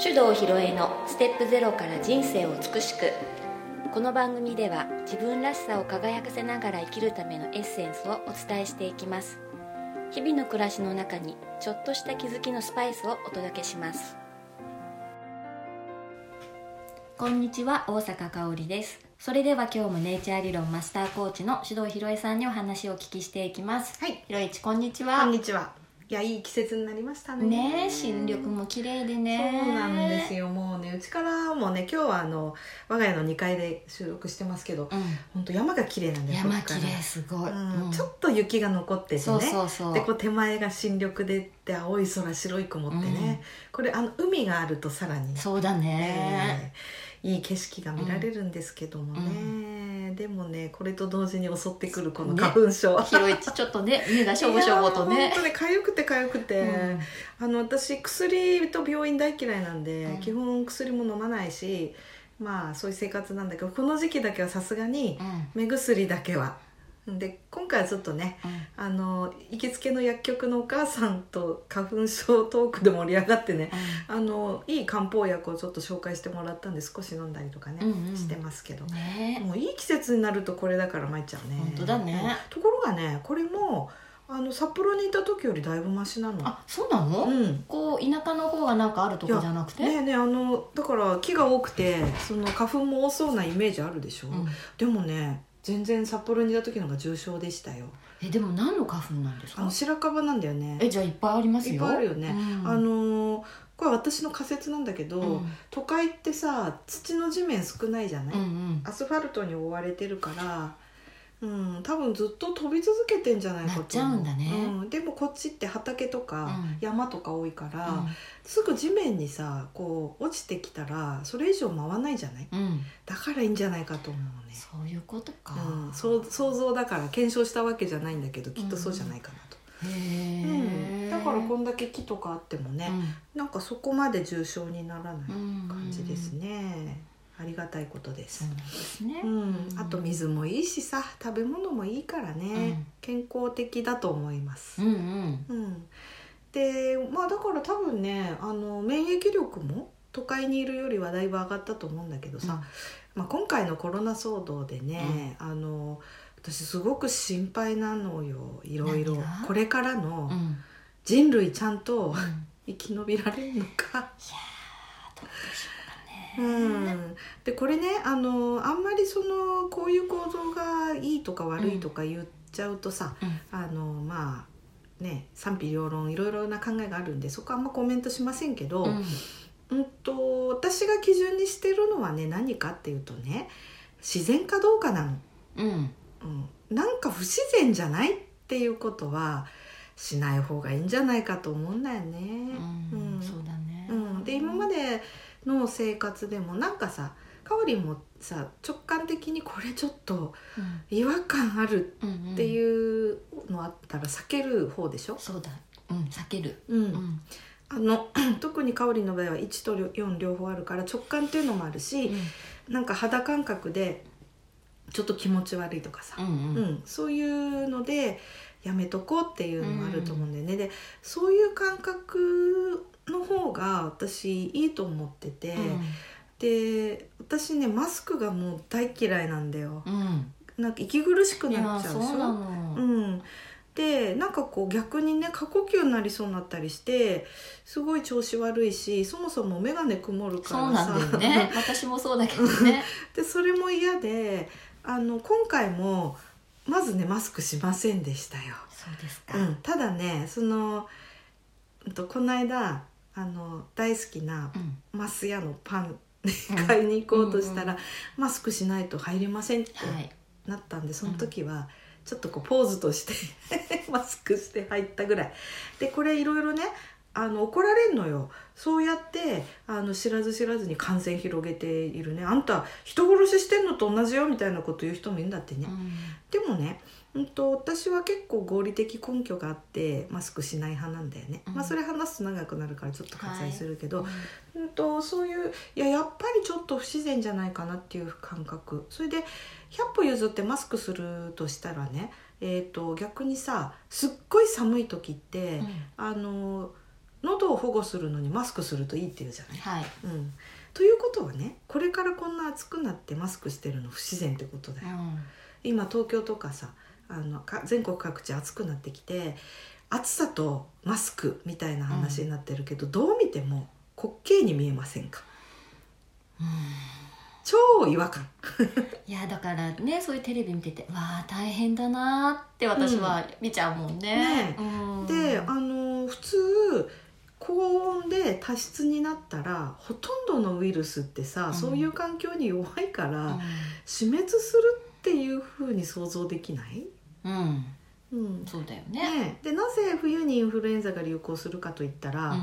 手動ひろえのステップゼロから人生を美しく。この番組では自分らしさを輝かせながら生きるためのエッセンスをお伝えしていきます。日々の暮らしの中にちょっとした気づきのスパイスをお届けします。こんにちは、大阪香織です。それでは今日もネイチャー理論マスターコーチの手動ひろえさんにお話をお聞きしていきます。 はい、 ひろえち、こんにちは。 こんにちは。いや、いい季節になりましたね。 ねえ、新緑も綺麗でね。 そうなんですよ。もうね、うちからもね、今日は我が家の2階で収録してますけど、本当山が綺麗なんですよ。 山綺麗、すごい、 ちょっと雪が残っててね。 そうで、こう手前が新緑でって青い空、白い雲ってね、これ海があるとさらにそうだね、 いい景色が見られるんですけどもね、でもね、これと同時に襲ってくるこの花粉症、 ひろいちちょっとね、目がしょぼしょぼとね、 本当ね、痒くて、私薬と病院大嫌いなんで、基本薬も飲まないし、まあそういう生活なんだけど、この時期だけはさすがに目薬だけは。で、今回はちょっとね、行きつけの薬局のお母さんと花粉症トークで盛り上がってね、いい漢方薬をちょっと紹介してもらったんで、少し飲んだりとかね、してますけど、もういい季節になるとこれだから参っちゃうね。 本当だね。 ところがね、これも札幌にいた時よりだいぶマシなの。 あ、そうなの？こう田舎の方がなんかあるとこじゃなくて？ だから木が多くて、その花粉も多そうなイメージあるでしょ、でもね、全然札幌にいた時のが重症でしたよ。 でも何の花粉なんですか？ 白樺なんだよね。 じゃあいっぱいありますよ。 いっぱいあるよね、これ私の仮説なんだけど、都会ってさ、土の地面少ないじゃない、アスファルトに覆われてるから、多分ずっと飛び続けてんじゃないかと思う。 なっちゃうんだね、 でもこっちって畑とか山とか多いから、すぐ地面にさ、こう落ちてきたらそれ以上回らないじゃない、だからいいんじゃないかと思うね。 そういうことか、 想像だから検証したわけじゃないんだけど、きっとそうじゃないかなと。だからこんだけ木とかあってもね、なんかそこまで重症にならない感じですね。ありがたいことです。 そうですね。 あと水もいいしさ、食べ物もいいからね、健康的だと思います。で、まあだから多分ね、免疫力も都会にいるよりはだいぶ上がったと思うんだけどさ、今回のコロナ騒動でね、私すごく心配なのよ。いろいろこれからの人類ちゃんと生き延びられるのか。 いやー、どうでしょうかね。 でこれね、あんまりこういう構造がいいとか悪いとか言っちゃうとさ、まあね、賛否両論いろいろな考えがあるんで、そこはあんまコメントしませんけど、私が基準にしてるのはね、何かっていうとね、自然かどうかなの。なんか不自然じゃないっていうことはしない方がいいんじゃないかと思うんだよね。 そうだね。 で、今までの生活でもなんかさ、かおりもさ、直感的にこれちょっと違和感あるっていうのあったら避ける方でしょ？ そうだ、避ける。 特にかおりの場合は1と4両方あるから、直感っていうのもあるし、なんか肌感覚でちょっと気持ち悪いとかさ、そういうのでやめとこうっていうのもあると思うんだよね。で、そういう感覚の方が私いいと思ってて、で、私ね、マスクがもう大嫌いなんだよ。なんか息苦しくなっちゃうでしょ。 そうなの。 で、なんかこう逆にね、過呼吸になりそうになったりして、すごい調子悪いし、そもそも眼鏡曇るからさ。 そうなんだよね。私もそうだけどね。 で、それも嫌で、今回もまずね、マスクしませんでしたよ。 そうですか。 ただね、この間大好きなマスヤのパン買いに行こうとしたら、マスクしないと入れませんってなったんで、その時はちょっとこうポーズとしてマスクして入ったぐらいで、これいろいろね、怒られんのよ。そうやって知らず知らずに感染広げているね、あんた人殺ししてんのと同じよみたいなこと言う人もいるんだってね。でもね、私は結構合理的根拠があってマスクしない派なんだよね。それ話すと長くなるからちょっと割愛するけど、そういうやっぱりちょっと不自然じゃないかなっていう感覚。それで100歩譲ってマスクするとしたらね、逆にさ、すっごい寒い時って、 喉を保護するのにマスクするといいっていうじゃない、 はい、 ということはね、これからこんな暑くなってマスクしてるの不自然ってことだよ、今東京とかさ全国各地暑くなってきて、暑さとマスクみたいな話になってるけど、どう見ても滑稽に見えませんか？超違和感いやだからね、そういうテレビ見てて、わあ大変だなって私は見ちゃうもんね。 で普通高温で多湿になったらほとんどのウイルスってさ、そういう環境に弱いから、死滅するっていう風に想像できない？ そうだよね。 でなぜ冬にインフルエンザが流行するかといったら、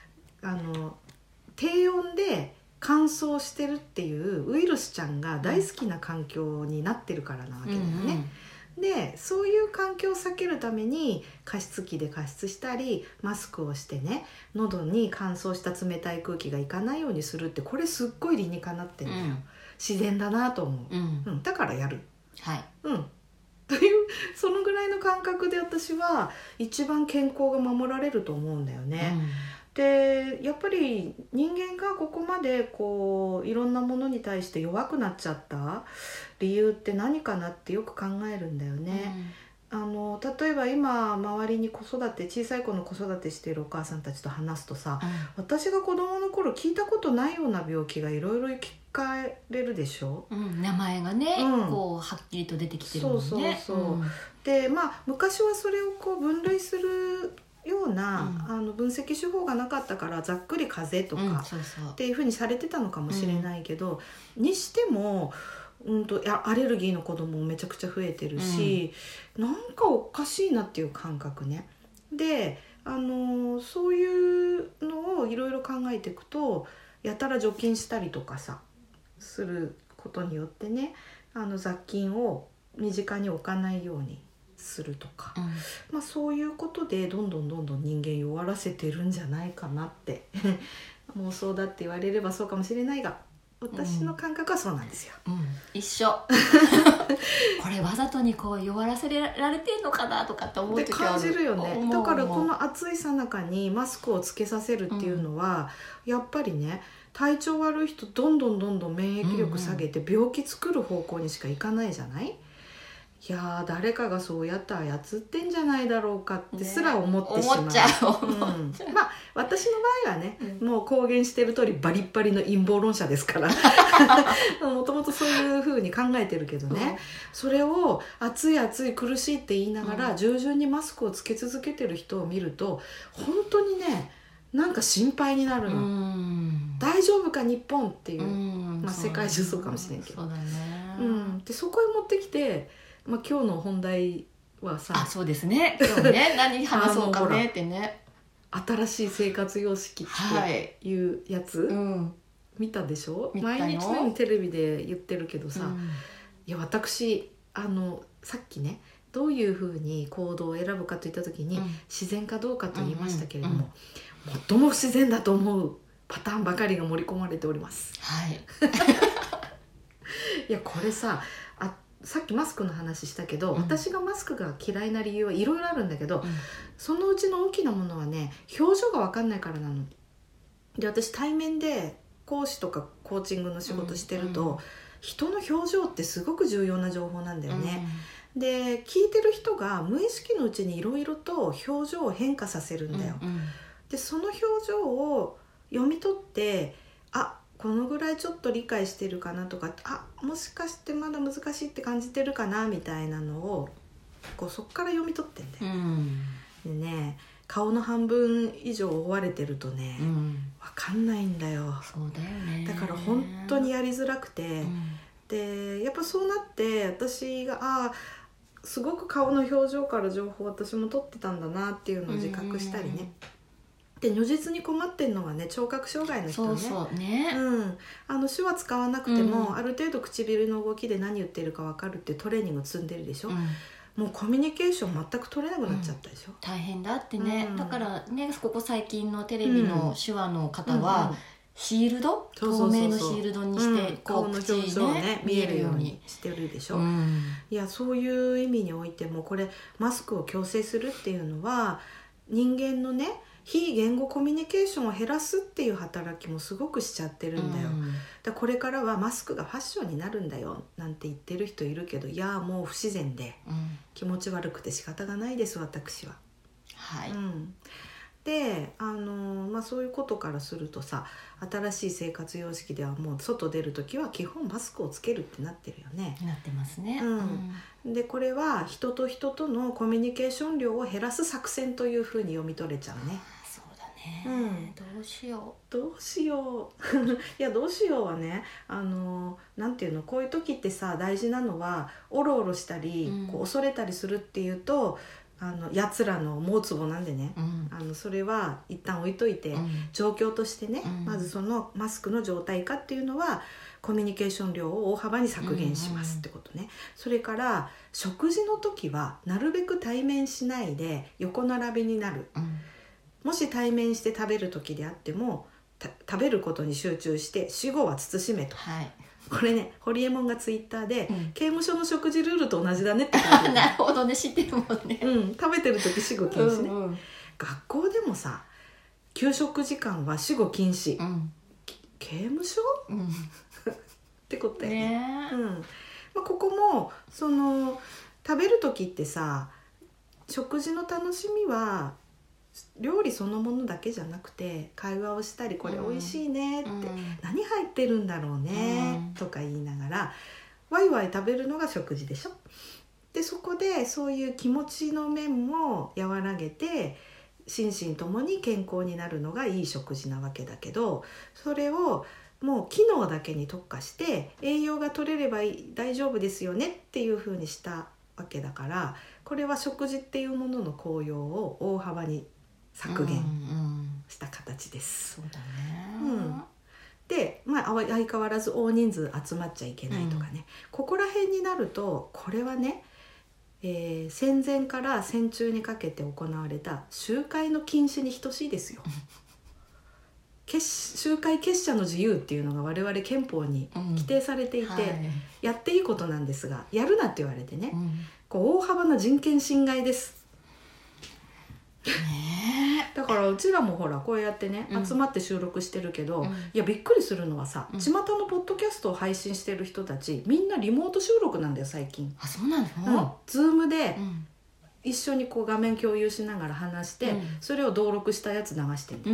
低温で乾燥してるっていうウイルスちゃんが大好きな環境になってるからなわけだよね。でそういう環境を避けるために加湿器で加湿したりマスクをしてね、喉に乾燥した冷たい空気がいかないようにするって、これすっごい理にかなってるんだよ、自然だなと思う、だからやる、というそのぐらいの感覚で私は一番健康が守られると思うんだよね。でやっぱり人間がここまでこういろんなものに対して弱くなっちゃった理由って何かなってよく考えるんだよね。例えば今周りに小さい子の子育てしているお母さんたちと話すとさ、私が子供の頃聞いたことないような病気がいろいろ聞かれるでしょ、名前がね、こうはっきりと出てきてるもんね。で昔はそれをこう分類するような、分析手法がなかったからざっくり風邪とか、っていうふうにされてたのかもしれないけど、にしてもアレルギーの子供もめちゃくちゃ増えてるし、なんかおかしいなっていう感覚ね。でそういうのをいろいろ考えていくと、やたら除菌したりとかさすることによってね、雑菌を身近に置かないようにするとか、そういうことでどんどん人間弱らせてるんじゃないかなって妄想だって言われればそうかもしれないが、私の感覚はそうなんですよ、 一緒これわざとにこう弱らせられてんのかなとかって思う時は感じるよね。だからこの暑いさなかにマスクをつけさせるっていうのは、やっぱりね、体調悪い人どんどん免疫力下げて病気作る方向にしかいかないじゃない。いや誰かがそうやって操ってんじゃないだろうかってすら思ってしまう、 思っちゃう、 私の場合はね、もう公言してる通りバリッバリの陰謀論者ですからもともとそういう風に考えてるけどね、それを暑い苦しいって言いながら、従順にマスクをつけ続けてる人を見ると本当にね、なんか心配になるの。大丈夫か日本っていう、世界中そうかもしれんけど、でそこへ持ってきて、今日の本題はさ、 そうですね、今日ね何話そうかねってね、 新しい生活様式っていうやつ、見たでしょ。毎日のようにテレビで言ってるけどさ、いや私さっきね、どういうふうに行動を選ぶかといった時に、自然かどうかと言いましたけれども、最も不自然だと思うパターンばかりが盛り込まれております。いやこれさっきマスクの話したけど、私がマスクが嫌いな理由はいろいろあるんだけど、そのうちの大きなものはね、表情が分かんないからなの。で私対面で講師とかコーチングの仕事してると、人の表情ってすごく重要な情報なんだよね、で聞いてる人が無意識のうちにいろいろと表情を変化させるんだよ、でその表情を読み取って、このぐらいちょっと理解してるかなとか、もしかしてまだ難しいって感じてるかなみたいなのをそっから読み取ってんだよ、でね、顔の半分以上覆われてるとね、分かんないんだよ。 そうだよね。 だから本当にやりづらくて、でやっぱそうなって私がすごく顔の表情から情報を私も取ってたんだなっていうのを自覚したりね、で如実に困ってんのがね、聴覚障害の人ね。手話使わなくても、ある程度唇の動きで何言ってるか分かるってトレーニング積んでるでしょ、もうコミュニケーション全く取れなくなっちゃったでしょ、 大変だってね、だからね、ここ最近のテレビの手話の方は、シールド、透明のシールドにして、 顔の表情をね見えるようにしてるでしょ、いやそういう意味においてもこれマスクを強制するっていうのは人間のね非言語コミュニケーションを減らすっていう働きもすごくしちゃってるんだよ、だこれからはマスクがファッションになるんだよなんて言ってる人いるけど、いやもう不自然で気持ち悪くて仕方がないです私は。 はい、 でそういうことからするとさ、新しい生活様式ではもう外出るときは基本マスクをつけるってなってるよね。 なってますね。 でこれは人と人とのコミュニケーション量を減らす作戦というふうに読み取れちゃうね。 そうだね、どうしよういやどうしようはね、なんていうの、こういう時ってさ、大事なのはおろおろしたり、こう恐れたりするっていうとやつらの思うつぼなんでね、それは一旦置いといて、状況としてね、まずそのマスクの状態下っていうのはコミュニケーション量を大幅に削減しますってことね。それから食事の時はなるべく対面しないで横並びになる、もし対面して食べる時であっても食べることに集中して死後は慎めと、これね、ホリエモンがツイッターで、刑務所の食事ルールと同じだねって書いてるなるほどね、知ってるもんね、 食べてる時死後禁止ね、学校でもさ給食時間は死後禁止、刑務所、ってことだよね。ここもその食べる時ってさ、食事の楽しみは料理そのものだけじゃなくて会話をしたり、これ美味しいねって、何入ってるんだろうね、とか言いながらワイワイ食べるのが食事でしょ。でそこでそういう気持ちの面も和らげて心身ともに健康になるのがいい食事なわけだけど、それをもう機能だけに特化して栄養が取れれば大丈夫ですよねっていう風にしたわけだから、これは食事っていうものの効用を大幅に削減した形です。 そうだね。 で、相変わらず大人数集まっちゃいけないとかね、ここら辺になるとこれはね、戦前から戦中にかけて行われた集会の禁止に等しいですよ。集会結社の自由っていうのが我々憲法に規定されていて、やっていいことなんですが、やるなって言われてね、こう大幅な人権侵害です。だからうちらもほらこうやってね、集まって収録してるけど、いやびっくりするのはさ、巷のポッドキャストを配信してる人たちみんなリモート収録なんだよ最近。 あ、そうなの？ ズームで一緒にこう画面共有しながら話して、それを登録したやつ流してる、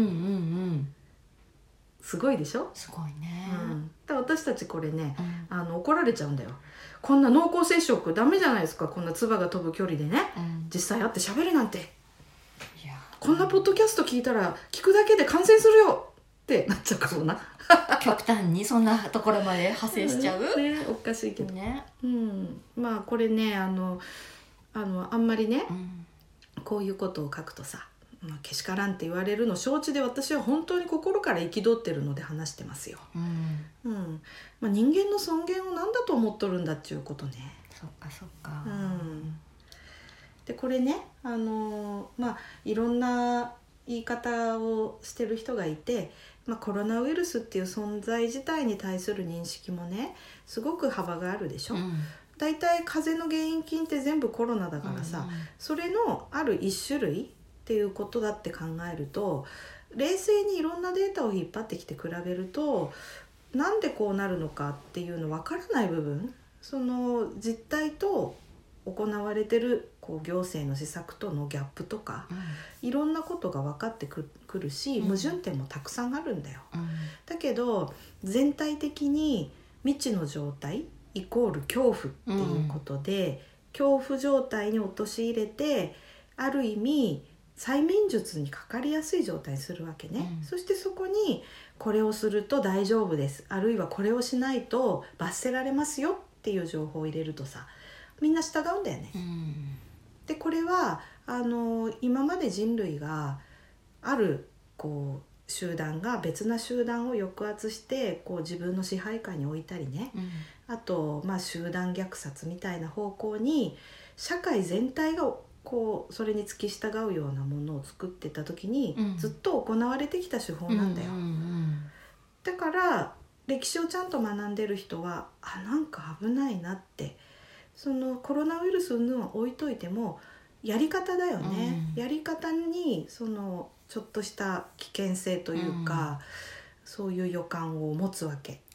すごいでしょ。 すごいね。 だから私たちこれね、怒られちゃうんだよ。こんな濃厚接触ダメじゃないですか、こんな唾が飛ぶ距離でね、実際会って喋るなんて。いや、こんなポッドキャスト聞いたら聞くだけで感染するよってなっちゃうかもな。 極端にそんなところまで派生しちゃう、 おかしいけどね。これね、あんまりね、こういうことを書くとさ、けしからんって言われるの承知で、私は本当に心から憤ってるので話してますよ。人間の尊厳を何だと思っとるんだっていうことね。 そっかそっか。 でこれね、いろんな言い方をしてる人がいて、コロナウイルスっていう存在自体に対する認識もね、すごく幅があるでしょ。だいたい風邪の原因菌って全部コロナだからさ、それのある一種類っていうことだって考えると、冷静にいろんなデータを引っ張ってきて比べると、なんでこうなるのかっていうの分からない部分、その実態と行われてるこう行政の施策とのギャップとか、いろんなことが分かってくるし、矛盾点もたくさんあるんだよ。だけど全体的に未知の状態イコール恐怖っていうことで、恐怖状態に陥れて、ある意味催眠術にかかりやすい状態にするわけね。そしてそこにこれをすると大丈夫です、あるいはこれをしないと罰せられますよっていう情報を入れるとさ、みんな従うんだよね。でこれは今まで人類があるこう集団が別な集団を抑圧してこう自分の支配下に置いたりね、あと集団虐殺みたいな方向に社会全体がこうそれに付き従うようなものを作ってた時に、ずっと行われてきた手法なんだよ。だから歴史をちゃんと学んでる人は、なんか危ないなって、そのコロナウイルス云々は置いといても、 やり方だよね、やり方にそのちょっとした危険性というか、そういう予感を持つわけ、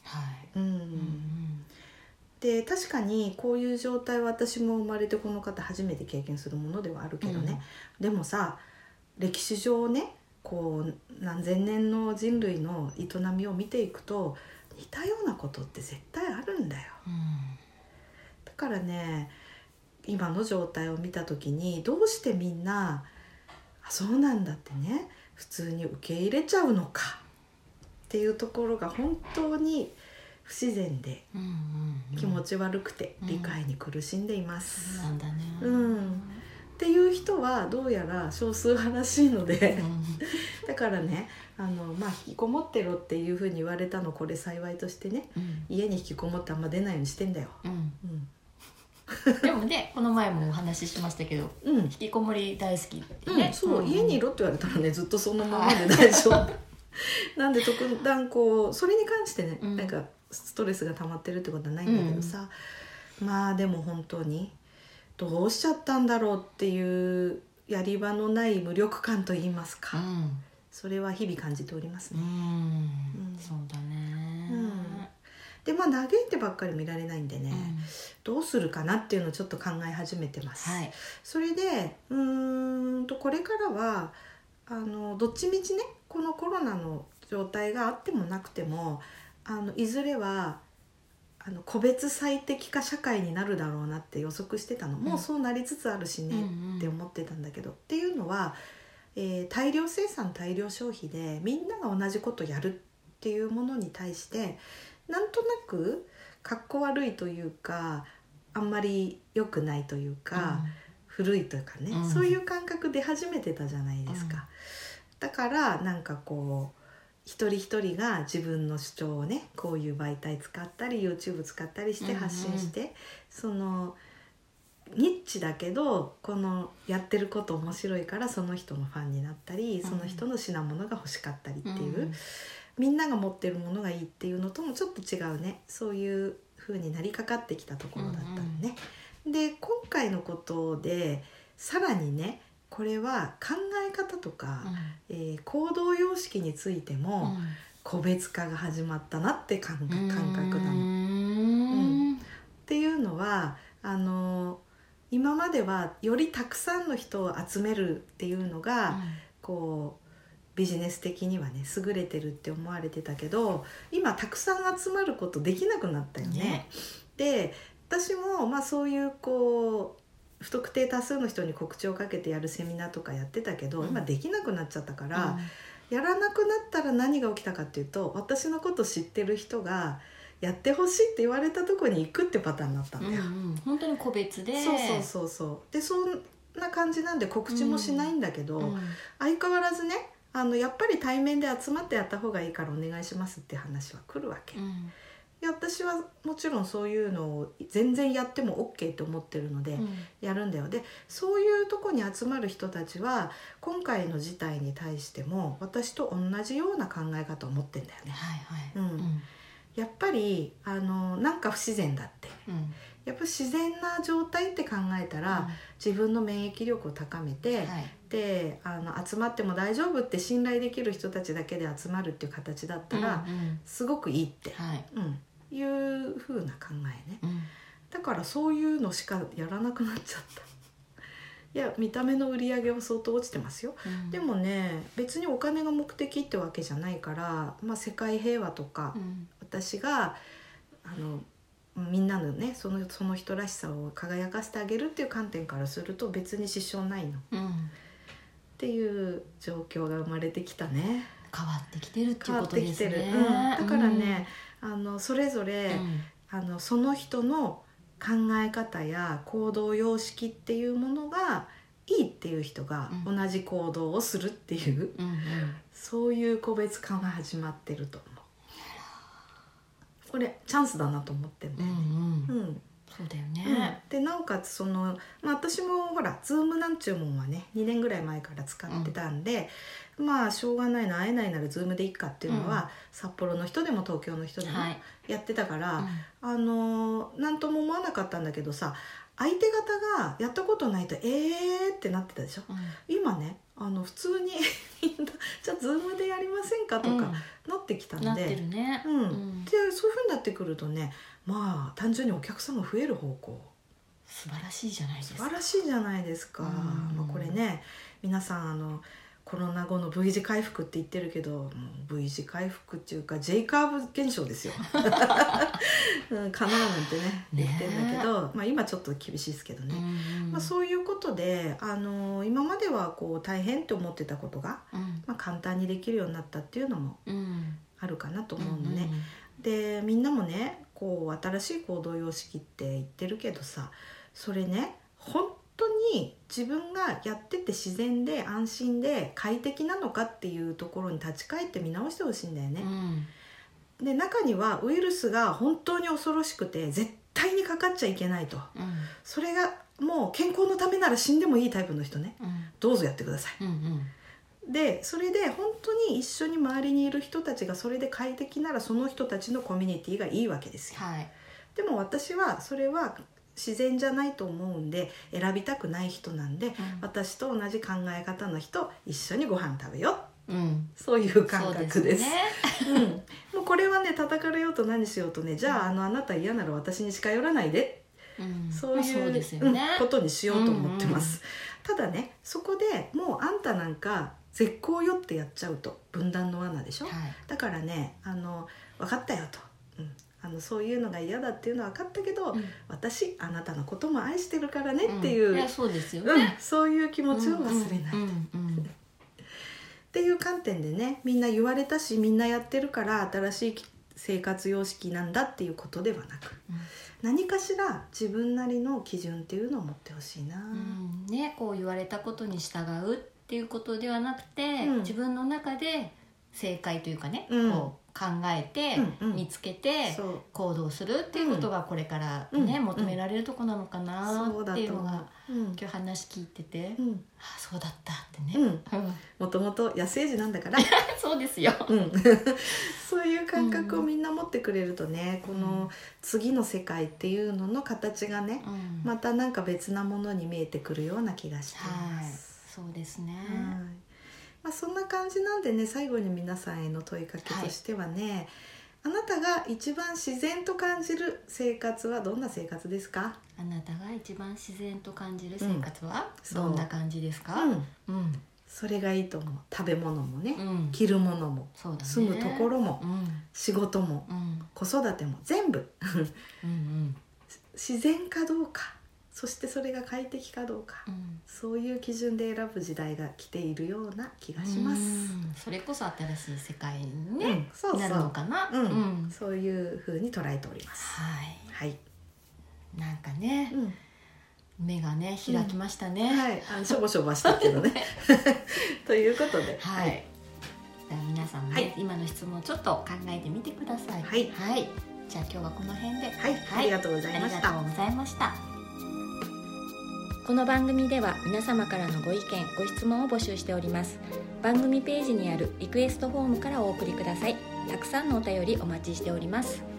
で確かにこういう状態は私も生まれてこの方初めて経験するものではあるけどね、でもさ歴史上ねこう何千年の人類の営みを見ていくと似たようなことって絶対あるんだよ、だからね今の状態を見た時にどうしてみんなそうなんだってね普通に受け入れちゃうのかっていうところが本当に不自然で気持ち悪くて理解に苦しんでいます、 なんだね、 っていう人はどうやら少数派らしいのでだからね引きこもってろっていうふうに言われたのこれ幸いとしてね、家に引きこもってあんま出ないようにしてんだよ、 でもねこの前もお話ししましたけど、引きこもり大好きってね、 そう、家にいろって言われたらねずっとそのままで大丈夫なんで特段こうそれに関してね、なんかストレスが溜まってるってことはないんだけどさ、まあでも本当にどうしちゃったんだろうっていうやり場のない無力感といいますか、それは日々感じておりますね、 そうだね、 で嘆いてばっかり見られないんでね、どうするかなっていうのをちょっと考え始めてます、それでこれからはどっちみちねこのコロナの状態があってもなくてもいずれは個別最適化社会になるだろうなって予測してたの、もうそうなりつつあるしねって思ってたんだけど、っていうのは、大量生産大量消費でみんなが同じことやるっていうものに対してなんとなくかっこ悪いというかあんまり良くないというか、古いというかね、そういう感覚出始めてたじゃないですか、だからなんかこう一人一人が自分の主張をねこういう媒体使ったり YouTube 使ったりして発信して、そのニッチだけどこのやってること面白いからその人のファンになったり、その人の品物が欲しかったりっていう、みんなが持ってるものがいいっていうのともちょっと違うね、そういう風になりかかってきたところだったのね、で今回のことでさらにねこれは考え方とか、行動様式についても個別化が始まったなって感覚なの、っていうのは今まではよりたくさんの人を集めるっていうのが、こうビジネス的にはね優れてるって思われてたけど今たくさん集まることできなくなったよね。で私もそういうこう不特定多数の人に告知をかけてやるセミナーとかやってたけど、今できなくなっちゃったから、やらなくなったら何が起きたかっていうと私のこと知ってる人がやってほしいって言われたとこに行くってパターンになったんだよ、 本当に個別でそうでそんな感じなんで告知もしないんだけど、相変わらずねやっぱり対面で集まってやった方がいいからお願いしますって話は来るわけ、私はもちろんそういうのを全然やっても OK と思ってるのでやるんだよ、でそういうとこに集まる人たちは今回の事態に対しても私と同じような考え方を持ってんだよね、やっぱりなんか不自然だって、やっぱ自然な状態って考えたら、自分の免疫力を高めて、で集まっても大丈夫って信頼できる人たちだけで集まるっていう形だったら、すごくいいって、いう風な考えね、だからそういうのしかやらなくなっちゃった。いや見た目の売り上げは相当落ちてますよ、でもね別にお金が目的ってわけじゃないから、世界平和とか、私がみんなのねその人らしさを輝かせてあげるっていう観点からすると別に支障ないの、っていう状況が生まれてきたね。 変わってきてるっていうことですね。 だからね、それぞれ、その人の考え方や行動様式っていうものがいいっていう人が同じ行動をするっていう、そういう個別化が始まってると思う。これチャンスだなと思ってるんだよね。 そうだよね、 でなおかつ私もほら Zoom なんちゅうもんはね2年ぐらい前から使ってたんで、しょうがないな会えないなら Zoom でいいかっていうのは、札幌の人でも東京の人でもやってたから、なんとも思わなかったんだけどさ相手方がやったことないとってなってたでしょ、今ね普通にみんなじゃあズームでやりませんかとかなってきたんで、 なってるね、 でそういう風になってくるとね、まあ単純にお客さんが増える方向、 素晴らしいじゃないですか。 素晴らしいじゃないですか、まあ、これね皆さんコロナ後の V 字回復って言ってるけど、もう V 字回復っていうか J カーブ現象ですよかななんてね言ってんだけど、まあ、今ちょっと厳しいですけどね、まあ、そういうことで今まではこう大変って思ってたことが、まあ、簡単にできるようになったっていうのもあるかなと思うのね、でみんなもねこう新しい行動様式って言ってるけどさ、それね本当に自分がやってて自然で安心で快適なのかっていうところに立ち返って見直してほしいんだよね、で中にはウイルスが本当に恐ろしくて絶対にかかっちゃいけないと、それがもう健康のためなら死んでもいいタイプの人ね、どうぞやってください、でそれで本当に一緒に周りにいる人たちがそれで快適ならその人たちのコミュニティがいいわけですよ、でも私はそれは自然じゃないと思うんで選びたくない人なんで、私と同じ考え方の人一緒にご飯食べよう、そういう感覚です。もうこれはね叩かれようと何しようとね、じゃああなた嫌なら私に近寄らないで、そういうことにしようと思ってます、ただねそこでもうあんたなんか絶好よってやっちゃうと分断の罠でしょ、だからね分かったよと、そういうのが嫌だっていうのは分かったけど、私あなたのことも愛してるからねっていう、 いやそうですよね、 そういう気持ちを忘れないと、っていう観点でねみんな言われたしみんなやってるから新しい生活様式なんだっていうことではなく、何かしら自分なりの基準っていうのを持ってほしいな、 ね、こう言われたことに従うっていうことではなくて、自分の中で正解というかね、こう考えて、見つけて行動するっていうことがこれからね、求められるとこなのかなっていうのが、今日話聞いてて、あそうだったってね、 もともと野生児なんだからそうですよ、 そういう感覚をみんな持ってくれるとね、この次の世界っていうのの形がね、またなんか別なものに見えてくるような気がしています、 そうですね、 まあ、そんな感じなんでね、最後に皆さんへの問いかけとしてはね、あなたが一番自然と感じる生活はどんな生活ですか？ あなたが一番自然と感じる生活はどんな感じですか？ それがいいと思う。食べ物もね、着るものも、住むところも、仕事も、子育ても全部自然かどうか、そしてそれが快適かどうか、そういう基準で選ぶ時代が来ているような気がします。 それこそ新しい世界に、ねなるのかな、 そういう風に捉えております。 なんかね、目がね開きましたね、 しょぼしょぼしたけどねということで、 皆さんもね、今の質問をちょっと考えてみてください。じゃあ今日はこの辺で、 ありがとうございました。 ありがとうございました。 この番組では皆様からのご意見ご質問を募集しております。番組ページにあるリクエストフォームからお送りください。たくさんのお便りお待ちしております。